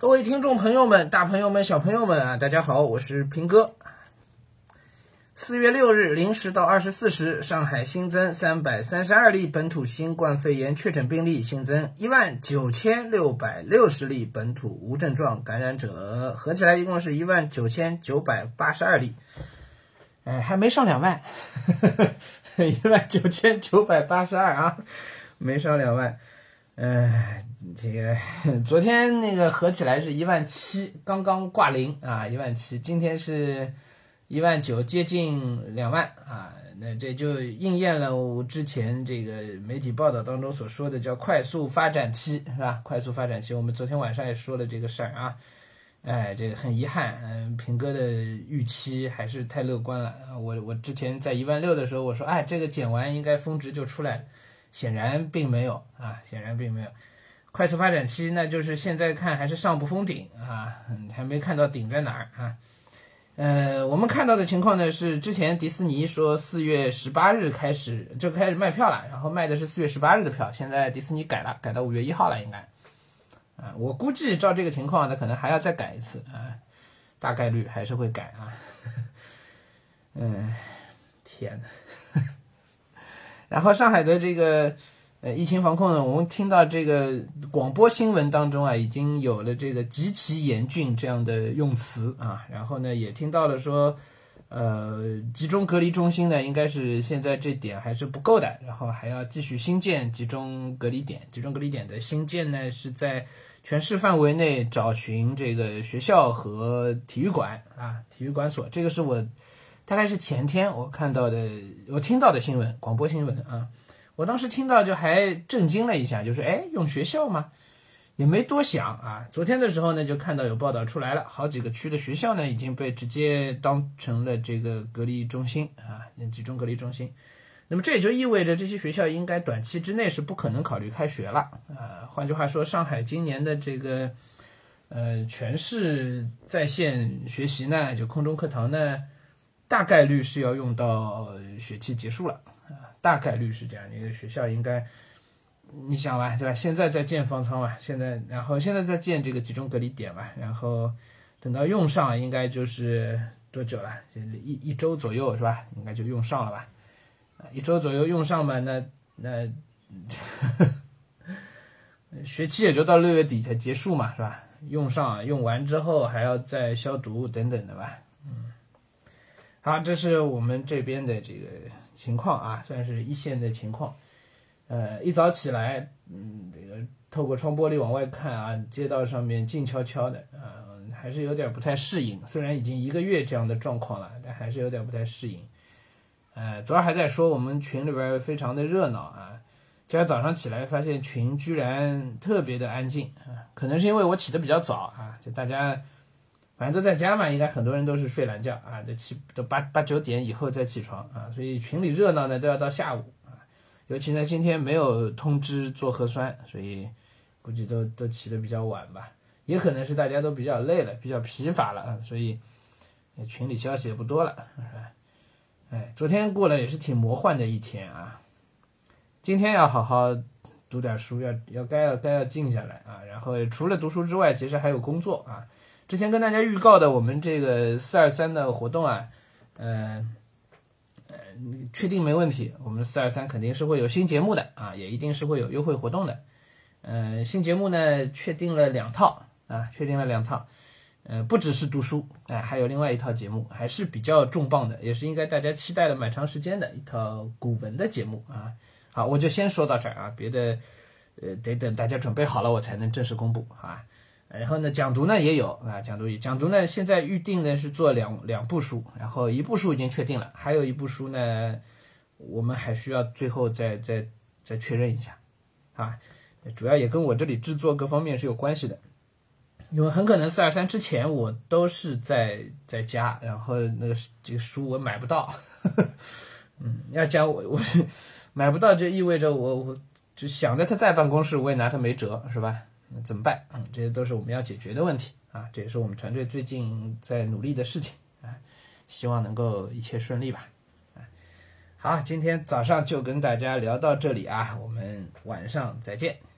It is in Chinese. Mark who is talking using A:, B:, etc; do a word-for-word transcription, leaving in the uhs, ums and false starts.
A: 各位听众朋友们、大朋友们、小朋友们啊，大家好，我是平哥。四月六日零时到二十四时，上海新增三百三十二例本土新冠肺炎确诊病例，新增一万九千六百六十例本土无症状感染者，合起来一共是一万九千九百八十二例。哎，还没上两万，一万九千九百八十二啊，没上两万。呃，这个昨天那个合起来是一万七，刚刚挂零啊，一万七，今天是一万九，接近两万啊。那这就应验了我之前这个媒体报道当中所说的叫快速发展期，是吧？快速发展期，我们昨天晚上也说了这个事儿啊。哎，这个很遗憾，嗯，平哥的预期还是太乐观了。我我之前在一万六的时候，我说，哎，这个减完应该峰值就出来了。显然并没有啊，显然并没有。快速发展期，那就是现在看还是上不封顶啊，还没看到顶在哪儿啊。呃，我们看到的情况呢是，之前迪士尼说四月十八日开始就开始卖票了，然后卖的是四月十八日的票，现在迪士尼改了，改到五月一号了应该。啊，我估计照这个情况，那可能还要再改一次啊，大概率还是会改啊。嗯，天哪！然后上海的这个呃疫情防控呢，我们听到这个广播新闻当中啊，已经有了这个极其严峻这样的用词啊，然后呢也听到了说，呃集中隔离中心呢应该是现在这点还是不够的，然后还要继续新建集中隔离点，集中隔离点的新建呢是在全市范围内找寻这个学校和体育馆啊，体育馆所，这个是我。大概是前天我看到的，我听到的新闻，广播新闻啊，我当时听到就还震惊了一下，就是哎，用学校吗？也没多想啊。昨天的时候呢，就看到有报道出来了，好几个区的学校呢已经被直接当成了这个隔离中心啊，集中隔离中心。那么这也就意味着这些学校应该短期之内是不可能考虑开学了啊。换句话说，上海今年的这个呃全市在线学习呢，就空中课堂呢。大概率是要用到学期结束了啊，大概率是这样。你的学校应该，你想吧，对吧？现在在建方舱嘛，现在然后现在在建这个集中隔离点嘛，然后等到用上应该就是多久了？一一周左右是吧？应该就用上了吧？一周左右用上嘛，那那学期也就到六月底才结束嘛，是吧？用上用完之后还要再消毒等等的吧。好，这是我们这边的这个情况啊，算是一线的情况。呃，一早起来，嗯，这个透过窗玻璃往外看啊，街道上面静悄悄的啊，还是有点不太适应。虽然已经一个月这样的状况了，但还是有点不太适应。呃，昨儿还在说我们群里边非常的热闹啊，今天早上起来发现群居然特别的安静啊，可能是因为我起得比较早啊，就大家。反正都在家嘛，应该很多人都是睡懒觉啊，都七都八八九点以后再起床啊，所以群里热闹呢都要到下午啊。尤其呢今天没有通知做核酸，所以估计都都起得比较晚吧。也可能是大家都比较累了，比较疲乏了啊，所以群里消息也不多了，是吧？哎，昨天过了也是挺魔幻的一天啊。今天要好好读点书，要要该要该要静下来啊。然后除了读书之外，其实还有工作啊。之前跟大家预告的我们这个四二三的活动啊，呃，呃，确定没问题。我们四二三肯定是会有新节目的啊，也一定是会有优惠活动的。呃，新节目呢确定了两套啊，确定了两套。呃，不只是读书，哎、呃，还有另外一套节目，还是比较重磅的，也是应该大家期待了蛮长时间的一套古文的节目啊。好，我就先说到这儿啊，别的呃得等大家准备好了我才能正式公布啊。然后呢，讲读呢也有啊，讲读讲读呢现在预定的是做两两部书，然后一部书已经确定了，还有一部书呢，我们还需要最后再再再确认一下啊，主要也跟我这里制作各方面是有关系的，因为很可能四二三之前我都是在在家，然后那个这个书我买不到，呵呵嗯，要讲我我买不到就意味着我我就想着他在办公室，我也拿他没辙，是吧？那怎么办？嗯，这些都是我们要解决的问题啊，这也是我们团队最近在努力的事情啊，希望能够一切顺利吧。啊，好，今天早上就跟大家聊到这里啊，我们晚上再见。